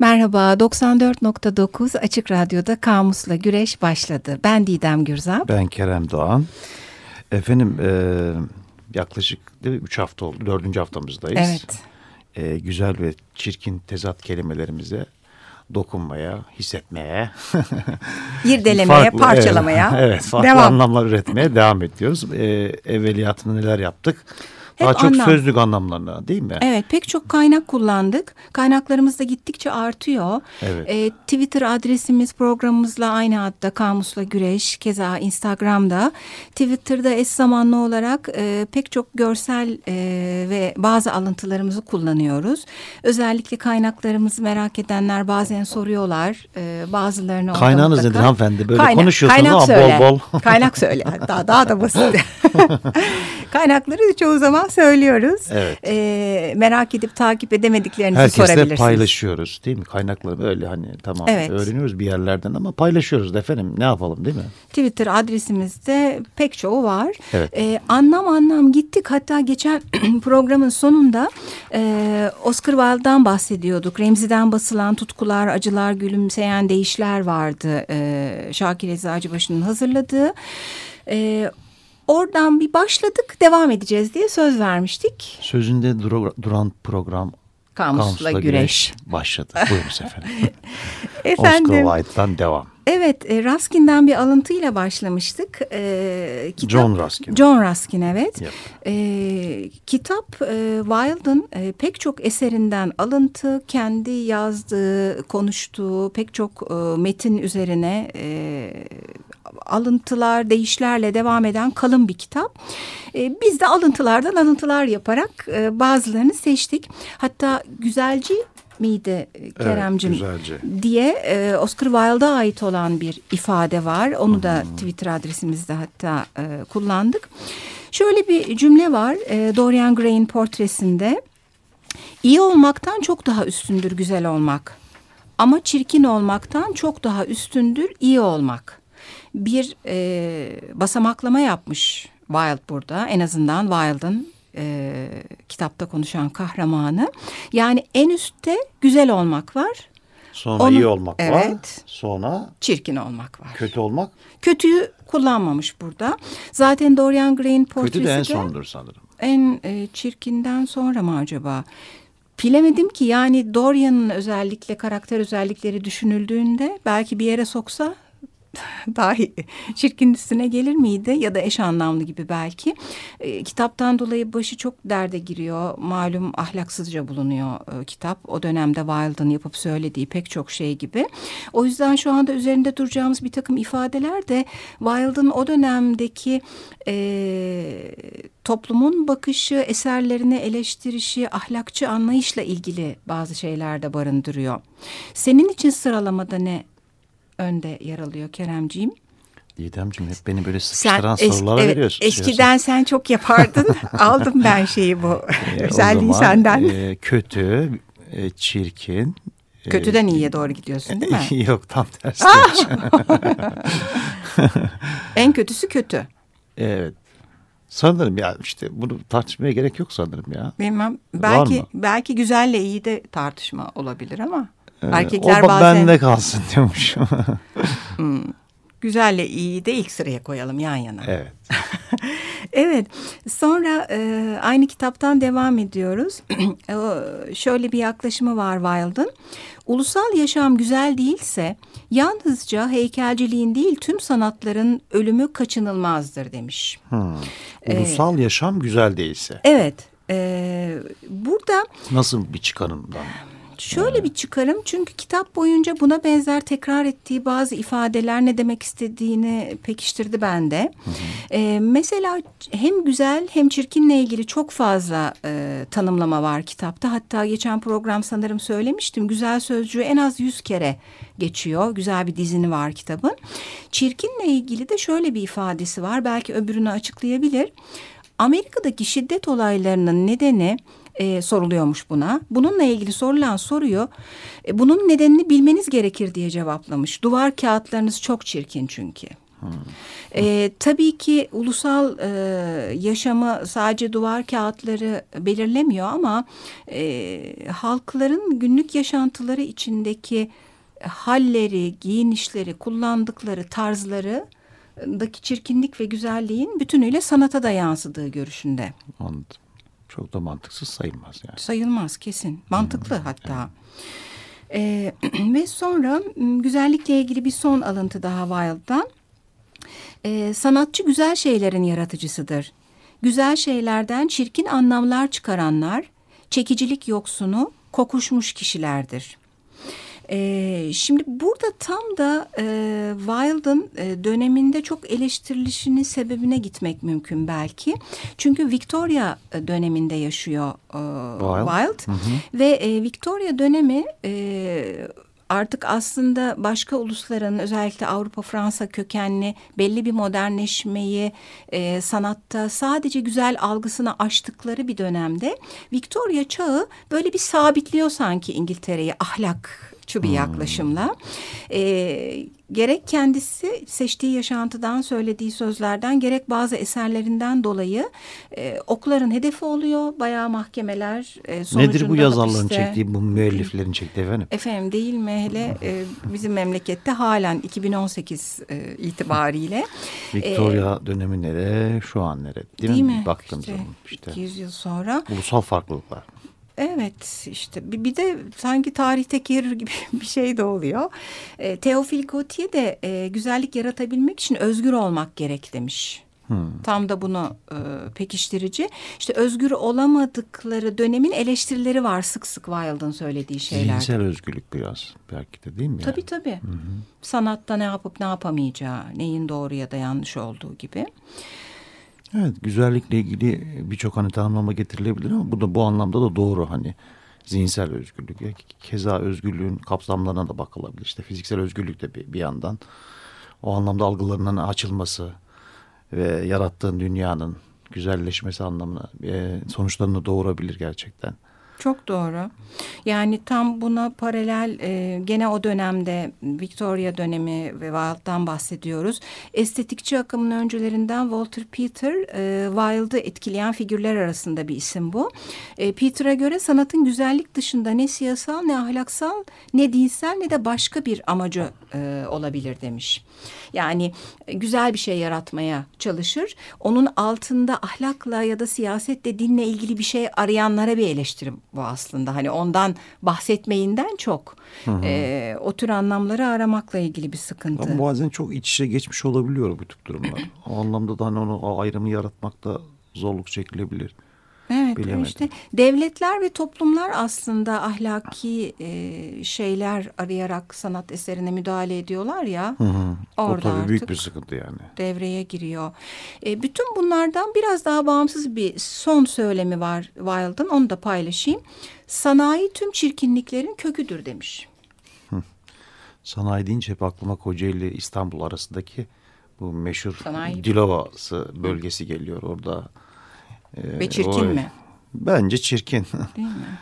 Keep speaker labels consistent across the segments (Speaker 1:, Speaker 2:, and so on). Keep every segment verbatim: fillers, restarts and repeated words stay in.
Speaker 1: Merhaba, doksan dört nokta dokuz Açık Radyo'da Kamus'la Güreş başladı. Ben Didem Gürzap.
Speaker 2: Ben Kerem Doğan. Efendim e, yaklaşık üç hafta oldu, dördüncü haftamızdayız.
Speaker 1: Evet.
Speaker 2: E, güzel ve çirkin tezat kelimelerimize dokunmaya, hissetmeye,
Speaker 1: irdelemeye,
Speaker 2: farklı,
Speaker 1: parçalamaya,
Speaker 2: evet, evet, farklı
Speaker 1: devam.
Speaker 2: anlamlar üretmeye devam ediyoruz. E, evveliyatında neler yaptık? Daha
Speaker 1: Hep
Speaker 2: çok
Speaker 1: anlam.
Speaker 2: sözlük anlamlarına, değil mi?
Speaker 1: Evet, pek çok kaynak kullandık. Kaynaklarımız da gittikçe artıyor.
Speaker 2: Evet.
Speaker 1: Ee, Twitter adresimiz programımızla aynı adda Kamus'la Güreş. Keza Instagram'da. Twitter'da eş zamanlı olarak e, pek çok görsel e, ve bazı alıntılarımızı kullanıyoruz. Özellikle kaynaklarımızı merak edenler bazen soruyorlar. E, bazılarını
Speaker 2: Kaynağınız
Speaker 1: mutlaka...
Speaker 2: nedir hanımefendi? Böyle
Speaker 1: Kaynak,
Speaker 2: konuşuyorsunuz
Speaker 1: kaynak
Speaker 2: ama
Speaker 1: söyle.
Speaker 2: bol bol.
Speaker 1: Kaynak söyle. Daha, daha da basit. Kaynakları çoğu zaman söylüyoruz.
Speaker 2: Evet.
Speaker 1: E, merak edip takip edemediklerinizi
Speaker 2: Herkesle
Speaker 1: sorabilirsiniz.
Speaker 2: paylaşıyoruz, değil mi? Kaynakları öyle hani tamam
Speaker 1: Evet.
Speaker 2: öğreniyoruz bir yerlerden ama paylaşıyoruz da efendim, ne yapalım, değil mi?
Speaker 1: Twitter adresimizde pek çoğu var.
Speaker 2: Evet.
Speaker 1: E, anlam anlam gittik. Hatta geçen programın sonunda e, Oscar Wilde'dan bahsediyorduk. Remzi'den basılan Tutkular, Acılar, Gülümseyen Değişler vardı. E, Şakir Eczacıbaşı'nın hazırladığı. E, Oradan bir başladık, devam edeceğiz diye söz vermiştik.
Speaker 2: Sözünde duru, duran program
Speaker 1: Kamus'la,
Speaker 2: Kamus'la
Speaker 1: Güreş.
Speaker 2: Güreş başladı. Buyurunuz efendim.
Speaker 1: Efendim.
Speaker 2: Oscar Wilde'dan devam.
Speaker 1: Evet, e, Ruskin'den bir alıntıyla başlamıştık. E, kitap,
Speaker 2: John Ruskin.
Speaker 1: John Ruskin, evet.
Speaker 2: Yep.
Speaker 1: E, kitap e, Wilde'ın e, pek çok eserinden alıntı, kendi yazdığı, konuştuğu pek çok e, metin üzerine e, alıntılar, değişlerle devam eden kalın bir kitap. E, biz de alıntılardan alıntılar yaparak e, bazılarını seçtik. Hatta Güzelci miydi Keremcim,
Speaker 2: evet,
Speaker 1: diye e, Oscar Wilde'a ait olan bir ifade var. Onu da hmm. Twitter adresimizde hatta e, kullandık. Şöyle bir cümle var e, Dorian Gray'in portresinde. İyi olmaktan çok daha üstündür güzel olmak. Ama çirkin olmaktan çok daha üstündür iyi olmak. Bir e, basamaklama yapmış Wilde burada. En azından Wilde'ın E, kitapta konuşan kahramanı. Yani en üstte güzel olmak var.
Speaker 2: Sonra
Speaker 1: Onun,
Speaker 2: iyi olmak
Speaker 1: evet,
Speaker 2: var. Sonra
Speaker 1: çirkin olmak var.
Speaker 2: Kötü olmak.
Speaker 1: Kötüyü kullanmamış burada. Zaten Dorian Gray'in portresi
Speaker 2: kötü de en
Speaker 1: de
Speaker 2: sondur sanırım.
Speaker 1: En e, çirkinden sonra mı acaba? Bilemedim ki, yani Dorian'ın özellikle karakter özellikleri düşünüldüğünde belki bir yere soksa daha çirkin üstüne gelir miydi, ya da eş anlamlı gibi belki. E, kitaptan dolayı başı çok derde giriyor. Malum ahlaksızca bulunuyor e, kitap. O dönemde Wilde'ın yapıp söylediği pek çok şey gibi. O yüzden şu anda üzerinde duracağımız bir takım ifadeler de Wilde'ın o dönemdeki e, toplumun bakışı, eserlerini eleştirişi, ahlakçı anlayışla ilgili bazı şeyler de barındırıyor. Senin için sıralamada ne önde yer alıyor Keremciğim?
Speaker 2: Didemciğim, hep beni böyle sıkıştıran
Speaker 1: sen,
Speaker 2: sorulara
Speaker 1: evet,
Speaker 2: veriyorsun.
Speaker 1: Eskiden sen çok yapardın. Aldım ben şeyi, bu
Speaker 2: e,
Speaker 1: özelliği senden.
Speaker 2: E, kötü, e, çirkin.
Speaker 1: Kötüden e, iyiye doğru gidiyorsun değil mi?
Speaker 2: Yok, tam tersi.
Speaker 1: En kötüsü kötü.
Speaker 2: Evet. Sanırım ya, işte bunu tartışmaya gerek yok sanırım ya.
Speaker 1: Bilmem. Belki belki güzelle iyi de tartışma olabilir ama
Speaker 2: ee,
Speaker 1: erkekler
Speaker 2: o
Speaker 1: bazen
Speaker 2: bende kalsın diyormuşum.
Speaker 1: hmm. Güzelle iyiyi de ilk sıraya koyalım yan yana.
Speaker 2: Evet.
Speaker 1: Evet. Sonra e, aynı kitaptan devam ediyoruz. Şöyle bir yaklaşımı var Wilde'ın. Ulusal yaşam güzel değilse yalnızca heykelciliğin değil tüm sanatların ölümü kaçınılmazdır demiş.
Speaker 2: Hmm. Ulusal ee, yaşam güzel değilse.
Speaker 1: Evet. E, burada
Speaker 2: nasıl bir çıkarımdan?
Speaker 1: Şöyle hmm. bir çıkarım, çünkü kitap boyunca buna benzer tekrar ettiği bazı ifadeler ne demek istediğini pekiştirdi bende. Hmm. Ee, mesela hem güzel hem çirkinle ilgili çok fazla e, tanımlama var kitapta. Hatta geçen program sanırım söylemiştim. Güzel sözcüğü en az yüz kere geçiyor. Güzel bir dizini var kitabın. Çirkinle ilgili de şöyle bir ifadesi var. Belki öbürünü açıklayabilir. Amerika'daki şiddet olaylarının nedeni e, soruluyormuş buna. Bununla ilgili sorulan soruyu e, bunun nedenini bilmeniz gerekir diye cevaplamış. Duvar kağıtlarınız çok çirkin çünkü.
Speaker 2: Hmm.
Speaker 1: Ee, tabii ki ulusal e, yaşamı sadece duvar kağıtları belirlemiyor ama e, halkların günlük yaşantıları içindeki halleri, giyinişleri, kullandıkları tarzları daki çirkinlik ve güzelliğin bütünüyle sanata da yansıdığı görüşünde.
Speaker 2: Anladım. Çok da mantıksız sayılmaz yani.
Speaker 1: Sayılmaz kesin. Mantıklı hmm, hatta. Evet. Ee, ve sonra güzellikle ilgili bir son alıntı daha Wilde'dan. Ee, sanatçı güzel şeylerin yaratıcısıdır. Güzel şeylerden çirkin anlamlar çıkaranlar, çekicilik yoksunu, kokuşmuş kişilerdir. Ee, şimdi burada tam da e, Wilde'ın e, döneminde çok eleştirilişinin sebebine gitmek mümkün belki. Çünkü Victoria döneminde yaşıyor e, Wilde. Wilde. Hı hı. Ve e, Victoria dönemi e, artık aslında başka ulusların, özellikle Avrupa, Fransa kökenli belli bir modernleşmeyi e, sanatta sadece güzel algısını aştıkları bir dönemde Victoria çağı böyle bir sabitliyor sanki İngiltere'yi ahlak bir yaklaşımla. E, gerek kendisi seçtiği yaşantıdan, söylediği sözlerden, gerek bazı eserlerinden dolayı e, okların hedefi oluyor. Bayağı mahkemeler e, sonucunda.
Speaker 2: Nedir bu yazarların
Speaker 1: hapiste,
Speaker 2: çektiği, bu müelliflerin çektiği efendim?
Speaker 1: Efendim değil mi? Hele e, bizim memlekette halen iki bin on sekiz e, itibariyle.
Speaker 2: Victoria e, dönemi nere, şu an nere? Değil,
Speaker 1: değil
Speaker 2: mi?
Speaker 1: mi?
Speaker 2: Baktığım
Speaker 1: işte,
Speaker 2: zaman işte.
Speaker 1: iki yüz yıl sonra.
Speaker 2: Ulusal farklılıklar.
Speaker 1: Evet, işte bir, bir de sanki tarihteki yarır gibi bir şey de oluyor. E, Théophile Gautier de e, güzellik yaratabilmek için özgür olmak gerek demiş. Hmm. Tam da bunu e, pekiştirici. İşte özgür olamadıkları dönemin eleştirileri var sık sık Wilde'ın söylediği şeyler.
Speaker 2: Zihinsel özgürlük biraz belki de değil mi?
Speaker 1: Tabii yani? tabii. Hı hı. Sanatta ne yapıp ne yapamayacağı, neyin doğru ya da yanlış olduğu gibi.
Speaker 2: Evet, güzellikle ilgili birçok hani tanımlama getirilebilir ama bu da bu anlamda da doğru, hani zihinsel özgürlük. Keza özgürlüğün kapsamlarına da bakılabilir. İşte fiziksel özgürlük de bir, bir yandan o anlamda algılarının açılması ve yarattığın dünyanın güzelleşmesi anlamına e, sonuçlarını doğurabilir gerçekten.
Speaker 1: Çok doğru. Yani tam buna paralel e, gene o dönemde Victoria dönemi ve Wilde'dan bahsediyoruz. Estetikçi akımın öncülerinden Walter Pater, e, Wilde'ı etkileyen figürler arasında bir isim bu. E, Pater'a göre sanatın güzellik dışında ne siyasal, ne ahlaksal, ne dinsel, ne de başka bir amacı e, olabilir demiş. Yani e, güzel bir şey yaratmaya çalışır. Onun altında ahlakla ya da siyasetle, dinle ilgili bir şey arayanlara bir eleştiri bu aslında. Hani ondan bahsetmeyinden çok hı hı. E, o tür anlamları aramakla ilgili bir sıkıntı.
Speaker 2: Ama bazen çok iç içe geçmiş olabiliyor bu tip durumlar. O anlamda da hani onu, o ayrımı yaratmakta zorluk çekilebilir.
Speaker 1: Evet, bilemedim. İşte devletler ve toplumlar aslında ahlaki e, şeyler arayarak sanat eserine müdahale ediyorlar ya.
Speaker 2: Hı hı. Orada o tabii büyük bir sıkıntı yani.
Speaker 1: Devreye giriyor. E, bütün bunlardan biraz daha bağımsız bir son söylemi var Wilde'ın, onu da paylaşayım. Sanayi tüm çirkinliklerin köküdür demiş.
Speaker 2: Hı. Sanayi deyince hep aklıma Kocaeli İstanbul arasındaki bu meşhur Sanayi. Dilovası bölgesi geliyor orada.
Speaker 1: Ve çirkin o, mi?
Speaker 2: Bence çirkin.
Speaker 1: Değil mi?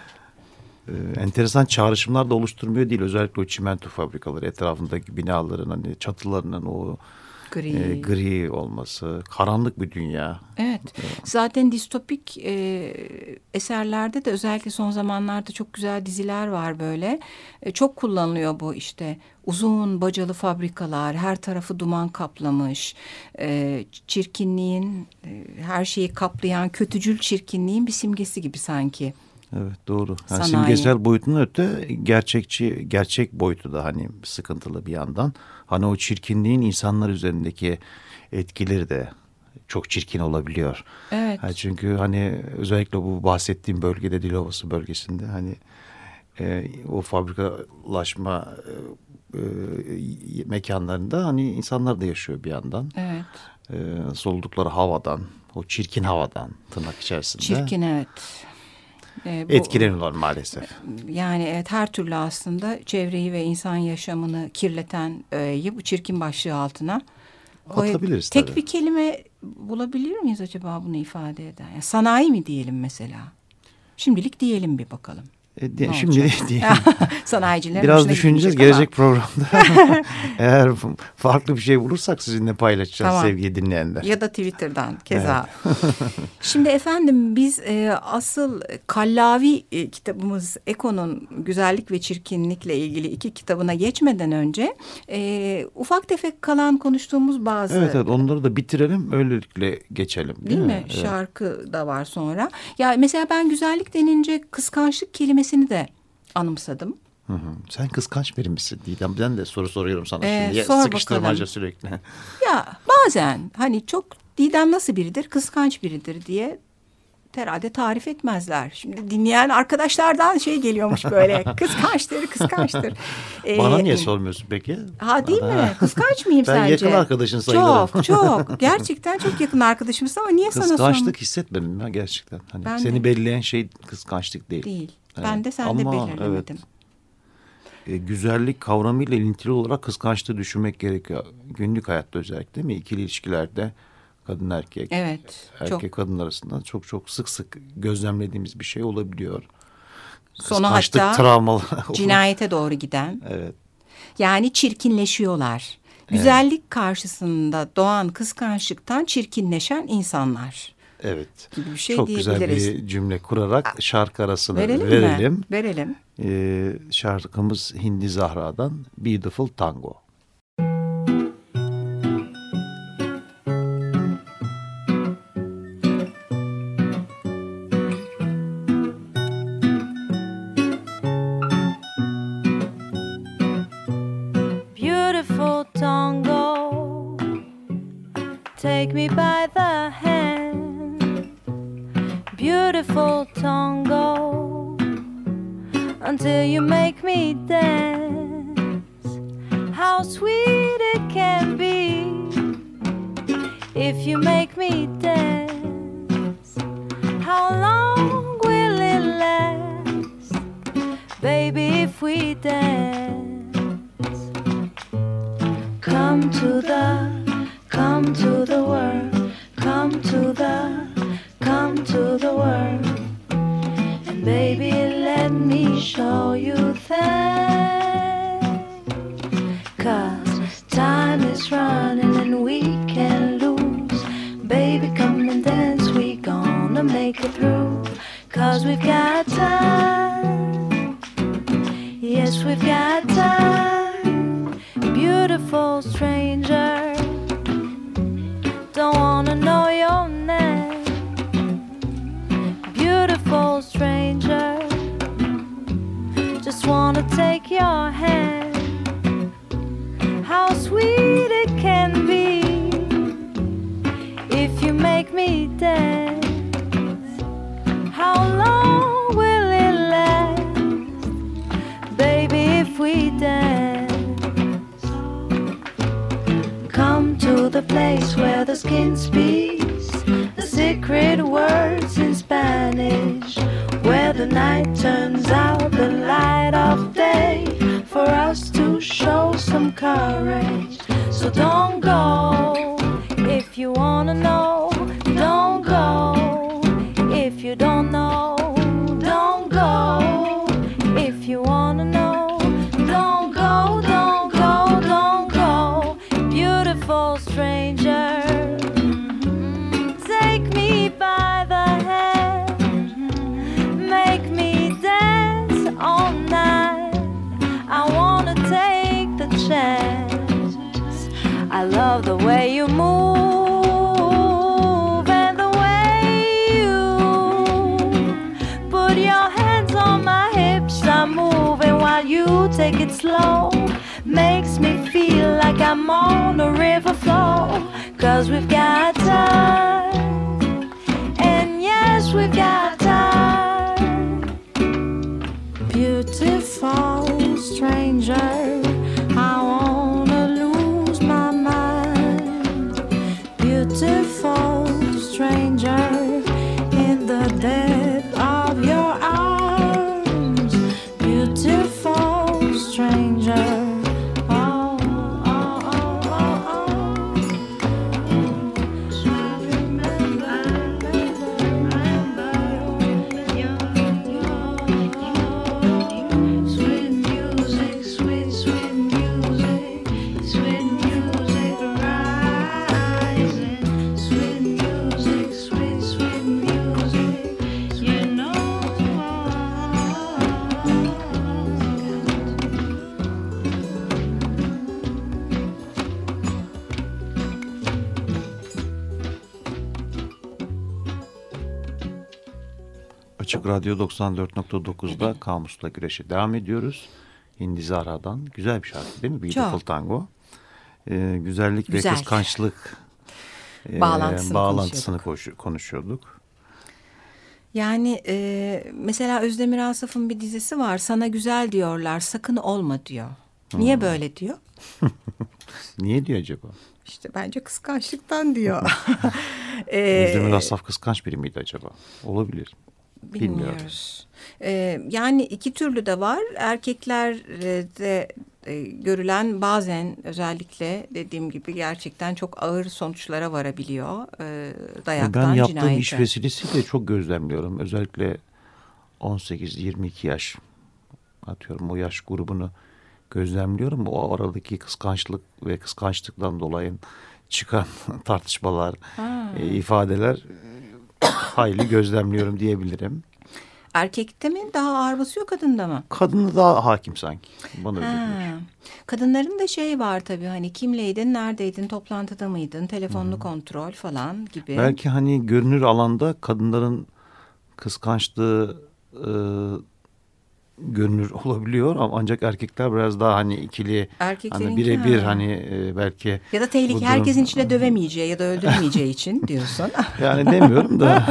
Speaker 2: ee, enteresan çağrışımlar da oluşturmuyor değil. Özellikle o çimento fabrikaları, etrafındaki binaların hani çatılarının o gri, e, gri olması, karanlık bir dünya.
Speaker 1: Evet. Zaten distopik e, eserlerde de özellikle son zamanlarda çok güzel diziler var böyle. E, çok kullanılıyor bu işte. Uzun bacalı fabrikalar, her tarafı duman kaplamış, e, çirkinliğin, e, her şeyi kaplayan kötücül çirkinliğin bir simgesi gibi sanki.
Speaker 2: Evet, doğru. Yani simgesel boyutunun öte gerçekçi, gerçek boyutu da hani sıkıntılı bir yandan. Hani o çirkinliğin insanlar üzerindeki etkileri de çok çirkin olabiliyor.
Speaker 1: Evet.
Speaker 2: Yani çünkü hani özellikle bu bahsettiğim bölgede, Dilovası bölgesinde hani e, o fabrikalaşma e, e, mekanlarında hani insanlar da yaşıyor bir yandan.
Speaker 1: Evet.
Speaker 2: E, soludukları havadan, o çirkin havadan tırnak içerisinde.
Speaker 1: Çirkin, evet.
Speaker 2: E, bu, etkileniyorlar maalesef.
Speaker 1: Yani evet, her türlü aslında çevreyi ve insan yaşamını kirleten öğeyi bu çirkin başlığı altına
Speaker 2: atabiliriz.
Speaker 1: Tek
Speaker 2: tabii.
Speaker 1: bir kelime bulabilir miyiz acaba bunu ifade eden? Yani sanayi mi diyelim mesela? Şimdilik diyelim bir bakalım.
Speaker 2: E, diye,
Speaker 1: Ne
Speaker 2: şimdi
Speaker 1: olacak?
Speaker 2: diyelim.
Speaker 1: Sanayicilerin
Speaker 2: Biraz
Speaker 1: hoşuna
Speaker 2: düşüneceğiz
Speaker 1: gitmeyecek ama.
Speaker 2: gelecek programda. Eğer farklı bir şey bulursak sizinle paylaşacağız
Speaker 1: Tamam.
Speaker 2: sevgili dinleyenler.
Speaker 1: Ya da Twitter'dan keza. Şimdi efendim biz e, asıl Kallavi e, kitabımız Eko'nun Güzellik ve Çirkinlikle ilgili iki kitabına geçmeden önce e, ufak tefek kalan konuştuğumuz bazı...
Speaker 2: Evet evet onları da bitirelim öylelikle geçelim. Değil,
Speaker 1: Değil mi?
Speaker 2: mi? Evet.
Speaker 1: Şarkı da var sonra. Ya mesela ben güzellik denince kıskançlık kelimesini de anımsadım.
Speaker 2: Hı hı. Sen kıskanç biri misin Didem? Ben de soru soruyorum sana
Speaker 1: Ee,
Speaker 2: şimdi. Ya,
Speaker 1: sor
Speaker 2: sıkıştırmaca
Speaker 1: bakalım.
Speaker 2: sürekli.
Speaker 1: Ya bazen hani çok Didem nasıl biridir? Kıskanç biridir diye herhalde tarif etmezler. Şimdi dinleyen arkadaşlardan şey geliyormuş böyle. Kıskançtır, kıskançtır. Ee,
Speaker 2: Bana niye sormuyorsun peki?
Speaker 1: Ha değil
Speaker 2: Bana...
Speaker 1: mi? Kıskanç mıyım
Speaker 2: ben
Speaker 1: sence?
Speaker 2: yakın arkadaşın sayılırım.
Speaker 1: Çok çok. Gerçekten çok yakın arkadaşımsın ama niye sana sormuyorum?
Speaker 2: Kıskançlık hissetmedim ben gerçekten. Hani
Speaker 1: Ben
Speaker 2: seni
Speaker 1: de.
Speaker 2: belirleyen şey kıskançlık değil.
Speaker 1: Değil.
Speaker 2: Evet.
Speaker 1: Ben de sende
Speaker 2: Ama
Speaker 1: belirlemedim.
Speaker 2: Evet, e, güzellik kavramıyla ilintili olarak kıskançlığı düşünmek gerekiyor. Günlük hayatta özellikle değil mi? İkili ilişkilerde kadın erkek,
Speaker 1: Evet,
Speaker 2: erkek
Speaker 1: çok.
Speaker 2: kadın arasında çok çok sık sık gözlemlediğimiz bir şey olabiliyor.
Speaker 1: Sonu
Speaker 2: Kıskançlık
Speaker 1: hatta
Speaker 2: travmalı.
Speaker 1: cinayete doğru giden.
Speaker 2: Evet.
Speaker 1: Yani çirkinleşiyorlar. Güzellik karşısında doğan kıskançlıktan çirkinleşen insanlar.
Speaker 2: Evet.
Speaker 1: Gibi bir şey
Speaker 2: çok güzel
Speaker 1: diyebiliriz.
Speaker 2: bir cümle kurarak şarkı arasını
Speaker 1: Verelim,
Speaker 2: verelim.
Speaker 1: mi? Verelim.
Speaker 2: Ee, şarkımız Hindi Zahra'dan Beautiful Tango.
Speaker 3: Beautiful tango, take me by the hand. Beautiful tango, until you make me dance. How sweet it can be if you make me dance. How long will it last, baby, if we dance? Come to the, come to the world, come to the, come to the world. And baby, let me show you things. 'Cause time is running and we can't lose. Baby, come and dance, we gonna make it through. 'Cause we've got time, yes, we've got time. Beautiful stranger, don't wanna know your name. Beautiful stranger, just wanna take your hand. How sweet it can be if you make me dance. How long will it last, baby, if we dance? Come to the place where the skin speaks the secret words in Spanish, where the night turns out the light of day, for us to show some courage. So don't go if you wanna know. Don't go if you don't know. Don't go if you wanna know. Don't go, don't go, don't go. Beautiful stranger, take me by the hand, make me dance all night. I wanna take the chance. I love the way you move and the way you put your hands on my hips. I'm moving while you take it slow. Makes me feel like I'm on a river flow. 'Cause we've got time, and yes, we've got time. Beautiful stranger, I wanna lose my mind. Beautiful stranger, in the depth of your arms. Beautiful stranger.
Speaker 2: Açık Radyo doksan dört nokta dokuzda Kamus'la güreşe devam ediyoruz. Hindi Zahra'dan güzel bir şarkı değil mi? Beautiful Tango. Ee, güzellik Güzel. ve kıskançlık e,
Speaker 1: bağlantısını,
Speaker 2: bağlantısını
Speaker 1: konuşuyorduk.
Speaker 2: konuşuyorduk.
Speaker 1: Yani e, mesela Özdemir Asaf'ın bir dizisi var. Sana güzel diyorlar, sakın olma diyor. Niye hmm. böyle diyor?
Speaker 2: Niye diyor acaba?
Speaker 1: İşte bence kıskançlıktan diyor.
Speaker 2: ee, Özdemir Asaf kıskanç biri miydi acaba? Olabilir.
Speaker 1: Bilmiyoruz. Ee, yani iki türlü de var. Erkeklerde e, görülen bazen özellikle dediğim gibi gerçekten çok ağır sonuçlara varabiliyor. E, dayaktan
Speaker 2: ben yaptığım
Speaker 1: cinayete.
Speaker 2: iş vesilesiyle çok gözlemliyorum. Özellikle on sekiz yirmi iki yaş atıyorum o yaş grubunu gözlemliyorum. O aradaki kıskançlık ve kıskançlıktan dolayı çıkan tartışmalar, e, ifadeler hayli gözlemliyorum diyebilirim.
Speaker 1: Erkekte mi daha ağır basıyor, kadında mı?
Speaker 2: Kadında daha hakim sanki. Bana öyle
Speaker 1: geliyor. Kadınların da şey var tabii, hani kimleydin, neredeydin, toplantıda mıydın, telefonunu hmm. kontrol falan gibi.
Speaker 2: Belki hani görünür alanda kadınların kıskançlığı e, görünür olabiliyor ama ancak erkekler biraz daha hani ikili, hani birebir hani e, belki.
Speaker 1: Ya da tehlike durum, herkesin içine dövemeyeceği ya da öldürmeyeceği için diyorsun.
Speaker 2: Yani demiyorum da.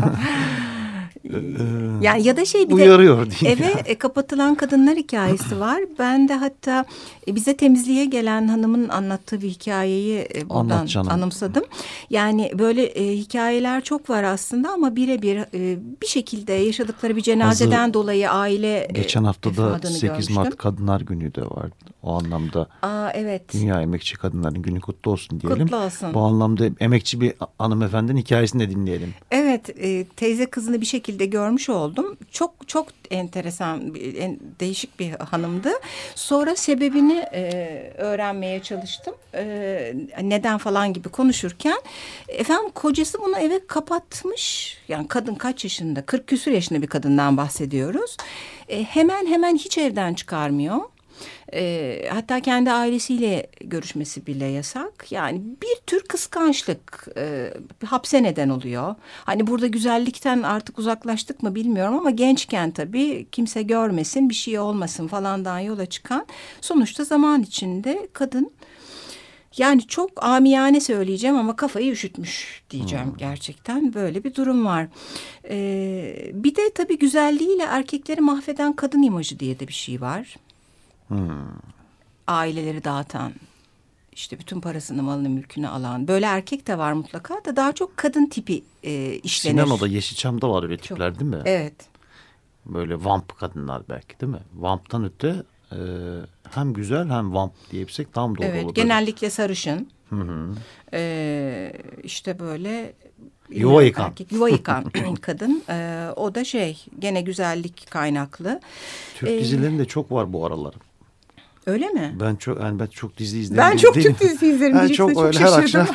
Speaker 1: Yani ya da şey bir
Speaker 2: uyarıyor
Speaker 1: de eve e, kapatılan kadınlar hikayesi var. Ben de hatta e, bize temizliğe gelen hanımın anlattığı bir hikayeyi e, buradan anımsadım. Yani böyle e, hikayeler çok var aslında ama birebir e, bir şekilde yaşadıkları bir cenazeden Hazır, dolayı aile
Speaker 2: geçen hafta da sekiz Mart Kadınlar Günü de vardı. O anlamda
Speaker 1: Aa, evet.
Speaker 2: Dünya Emekçi Kadınların Günü kutlu olsun diyelim.
Speaker 1: Kutlu olsun.
Speaker 2: Bu anlamda emekçi bir hanımefendinin hikayesini de dinleyelim.
Speaker 1: Evet, e, teyze kızını bir şekilde görmüş oldum. Çok çok enteresan, en, değişik bir hanımdı. Sonra sebebini e, öğrenmeye çalıştım. E, neden falan gibi konuşurken efendim kocası bunu eve kapatmış. Yani kadın kaç yaşında? kırk küsur yaşında bir kadından bahsediyoruz. E, hemen hemen hiç evden çıkarmıyor. E, hatta kendi ailesiyle görüşmesi bile yasak. Yani bir tür kıskançlık e, hapse neden oluyor. Hani burada güzellikten artık uzaklaştık mı bilmiyorum ama gençken tabii kimse görmesin, bir şey olmasın falandan yola çıkan sonuçta zaman içinde kadın, yani çok amiyane söyleyeceğim ama kafayı üşütmüş diyeceğim. Hmm. Gerçekten böyle bir durum var. Ee, bir de tabii güzelliğiyle erkekleri mahveden kadın imajı diye de bir şey var. Hmm. Aileleri dağıtan, işte bütün parasını, malını, mülkünü alan. Böyle erkek de var mutlaka da daha çok kadın tipi e, işlenir.
Speaker 2: Sinemada, Yeşilçam'da var öyle tipler çok, değil mi?
Speaker 1: Evet.
Speaker 2: Böyle vamp kadınlar belki değil mi? Vamp'tan öte e, hem güzel hem vamp diyebilsek tam doğru
Speaker 1: evet,
Speaker 2: olur.
Speaker 1: Genellikle sarışın.
Speaker 2: Hı hı.
Speaker 1: E, işte böyle...
Speaker 2: Yuva yıkan.
Speaker 1: Erkek, yuva yıkan kadın. Ee, o da şey, gene güzellik kaynaklı.
Speaker 2: Türk
Speaker 1: ee,
Speaker 2: dizilerinde çok var bu aralar.
Speaker 1: Öyle mi?
Speaker 2: Ben çok yani ben çok dizi izlerim.
Speaker 1: Ben çok Türk dizi izlerim.
Speaker 2: Ben çok, çok öyle her akşam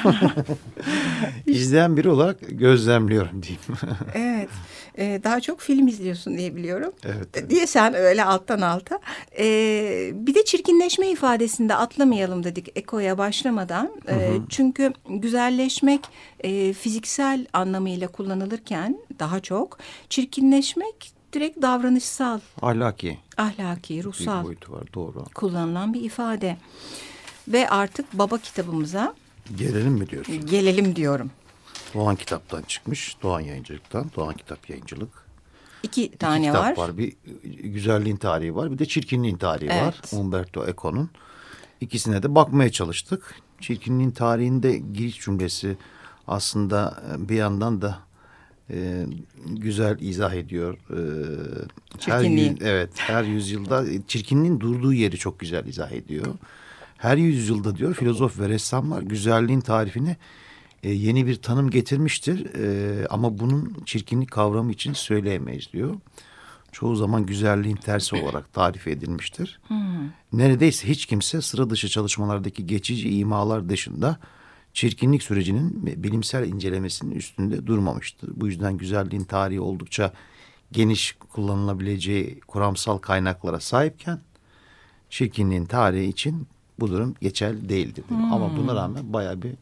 Speaker 2: izleyen biri olarak gözlemliyorum diyeyim.
Speaker 1: Evet. Ee, daha çok film izliyorsun diye biliyorum.
Speaker 2: Evet, evet.
Speaker 1: Diye sen öyle alttan alta. Ee, bir de çirkinleşme ifadesinde atlamayalım dedik Eko'ya başlamadan. Ee, hı hı. Çünkü güzelleşmek e, fiziksel anlamıyla kullanılırken daha çok çirkinleşmek direkt davranışsal.
Speaker 2: Ahlaki.
Speaker 1: Ahlaki, ruhsal.
Speaker 2: Bir boyutu var, doğru.
Speaker 1: Kullanılan bir ifade. Ve artık baba kitabımıza
Speaker 2: gelelim mi diyorsun?
Speaker 1: Gelelim diyorum.
Speaker 2: Doğan Kitap'tan çıkmış. Doğan Yayıncılık'tan. Doğan Kitap Yayıncılık.
Speaker 1: İki tane
Speaker 2: İki kitap
Speaker 1: var.
Speaker 2: var. Bir güzelliğin tarihi var. Bir de çirkinliğin tarihi evet. var. Umberto Eco'nun. İkisine de bakmaya çalıştık. Çirkinliğin tarihinde giriş cümlesi aslında bir yandan da e, güzel izah ediyor. E,
Speaker 1: Çirkinliği.
Speaker 2: Her, evet. Her yüzyılda çirkinliğin durduğu yeri çok güzel izah ediyor. Her yüzyılda diyor filozof ve ressamlar güzelliğin tarifini e, yeni bir tanım getirmiştir. E, ama bunun çirkinlik kavramı için söyleyemeyiz diyor. Çoğu zaman güzelliğin tersi olarak tarif edilmiştir. Hmm. Neredeyse hiç kimse sıra dışı çalışmalardaki geçici imalar dışında çirkinlik sürecinin bilimsel incelemesinin üstünde durmamıştır. Bu yüzden güzelliğin tarihi oldukça geniş kullanılabileceği kuramsal kaynaklara sahipken çirkinliğin tarihi için bu durum geçerli değildir. Hmm. Ama buna rağmen bayağı bir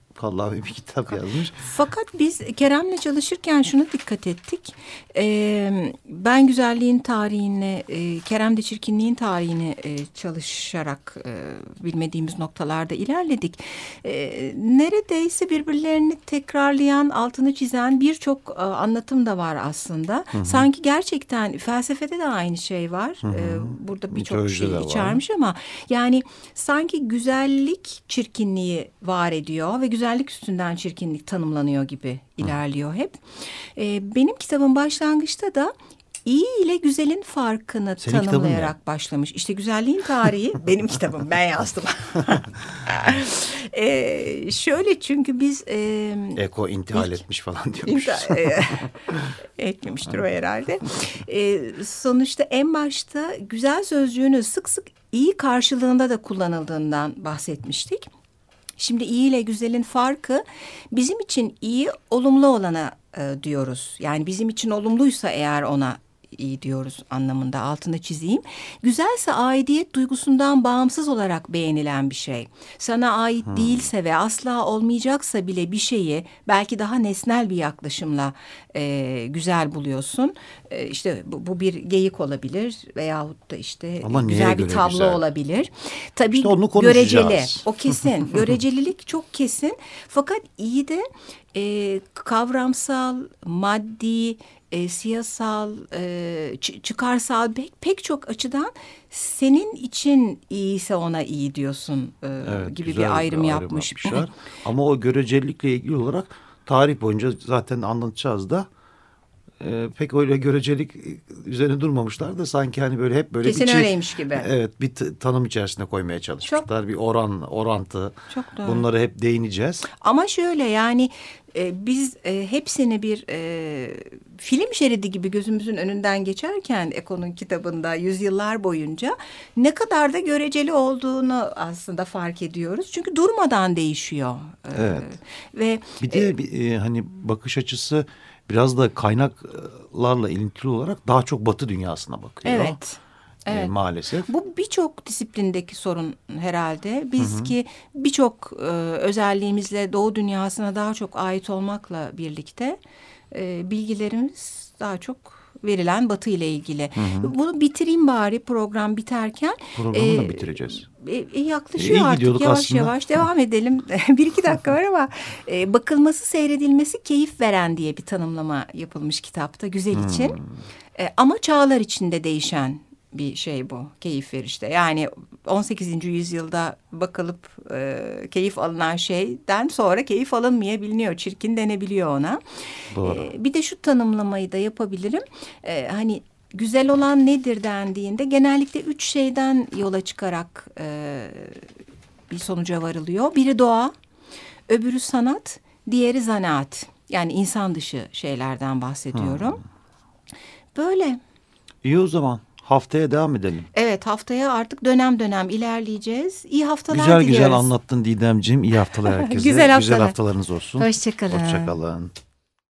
Speaker 2: Vallahi bir kitap yazmış.
Speaker 1: Fakat biz Kerem'le çalışırken şunu dikkat ettik. Ee, ben güzelliğin tarihini, e, Kerem de çirkinliğin tarihini e, çalışarak e, bilmediğimiz noktalarda ilerledik. E, neredeyse birbirlerini tekrarlayan, altını çizen birçok e, anlatım da var aslında. Hı hı. Sanki gerçekten felsefede de aynı şey var. Hı hı. E, burada birçok şey içermiş ama yani sanki güzellik çirkinliği var ediyor ve güzellik üstünden çirkinlik tanımlanıyor gibi ilerliyor hep. Ee, benim kitabım başlangıçta da iyi ile güzelin farkını Senin tanımlayarak başlamış. İşte güzelliğin tarihi benim kitabım, ben yazdım. ee, şöyle çünkü biz... E,
Speaker 2: Eko intihal ilk, etmiş falan diyormuş.
Speaker 1: İntihal, e, etmemiştir o herhalde. E, sonuçta en başta güzel sözcüğünü sık sık iyi karşılığında da kullanıldığından bahsetmiştik. Şimdi iyi ile güzelin farkı bizim için iyi olumlu olana e, diyoruz. Yani bizim için olumluysa eğer ona iyi diyoruz anlamında, altını çizeyim. Güzelse aidiyet duygusundan bağımsız olarak beğenilen bir şey. Sana ait hmm. değilse ve asla olmayacaksa bile bir şeyi belki daha nesnel bir yaklaşımla e, güzel buluyorsun. E, işte bu, bu bir geyik olabilir veyahut da işte
Speaker 2: Ama
Speaker 1: güzel bir tablo
Speaker 2: güzel?
Speaker 1: olabilir. Tabii
Speaker 2: işte onu
Speaker 1: göreceli, o kesin. Görecelilik çok kesin. Fakat iyi de e, kavramsal, maddi, E, siyasal, e, çıkarsal pek, pek çok açıdan senin için iyiyse ona iyi diyorsun e, evet, gibi bir ayrım, bir yapmış.
Speaker 2: ayrım yapmışlar. Ama o görecelilikle ilgili olarak tarih boyunca zaten anlatacağız da e, pek öyle görecelik üzerine durmamışlar da sanki hani böyle hep böyle
Speaker 1: kesin
Speaker 2: bir
Speaker 1: öyleymiş gibi.
Speaker 2: Evet, bir tanım içerisine koymaya çalışmışlar. Çok, bir oran, orantı.
Speaker 1: Çok doğru.
Speaker 2: Bunları hep değineceğiz.
Speaker 1: Ama şöyle yani e, biz e, hepsini bir e, film şeridi gibi gözümüzün önünden geçerken Eko'nun kitabında yüzyıllar boyunca ne kadar da göreceli olduğunu aslında fark ediyoruz. Çünkü durmadan değişiyor.
Speaker 2: Evet.
Speaker 1: E, ve
Speaker 2: bir de e, bir, e, hani bakış açısı biraz da kaynaklarla ilintili olarak daha çok Batı dünyasına bakıyor.
Speaker 1: Evet. Evet.
Speaker 2: E, maalesef.
Speaker 1: Bu birçok disiplindeki sorun herhalde. Biz
Speaker 2: hı hı.
Speaker 1: ki birçok e, özelliğimizle Doğu dünyasına daha çok ait olmakla birlikte e, bilgilerimiz daha çok verilen Batı ile ilgili. Hı hı. Bunu bitireyim bari program biterken.
Speaker 2: Programı e, da bitireceğiz.
Speaker 1: E, e, yaklaşıyor e, artık yavaş aslında. Yavaş devam edelim. bir iki dakika var ama e, bakılması, seyredilmesi keyif veren diye bir tanımlama yapılmış kitapta güzel için. Hmm. E, ama çağlar içinde değişen bir şey bu, keyif verişte. Yani on sekizinci yüzyılda bakılıp e, keyif alınan şeyden sonra keyif alınmayabiliyor, çirkin denebiliyor ona.
Speaker 2: Doğru.
Speaker 1: E, bir de şu tanımlamayı da yapabilirim. E, hani güzel olan nedir dendiğinde genellikle üç şeyden yola çıkarak e, bir sonuca varılıyor. Biri doğa, öbürü sanat, diğeri zanaat. Yani insan dışı şeylerden bahsediyorum. Hmm. Böyle.
Speaker 2: İyi o zaman. Haftaya devam edelim.
Speaker 1: Evet, haftaya artık dönem dönem ilerleyeceğiz. İyi haftalar
Speaker 2: güzel,
Speaker 1: diliyoruz.
Speaker 2: Güzel güzel anlattın Didemciğim. İyi haftalar herkese.
Speaker 1: güzel, haftalar.
Speaker 2: güzel haftalarınız olsun.
Speaker 1: Hoşçakalın.
Speaker 2: Hoşçakalın.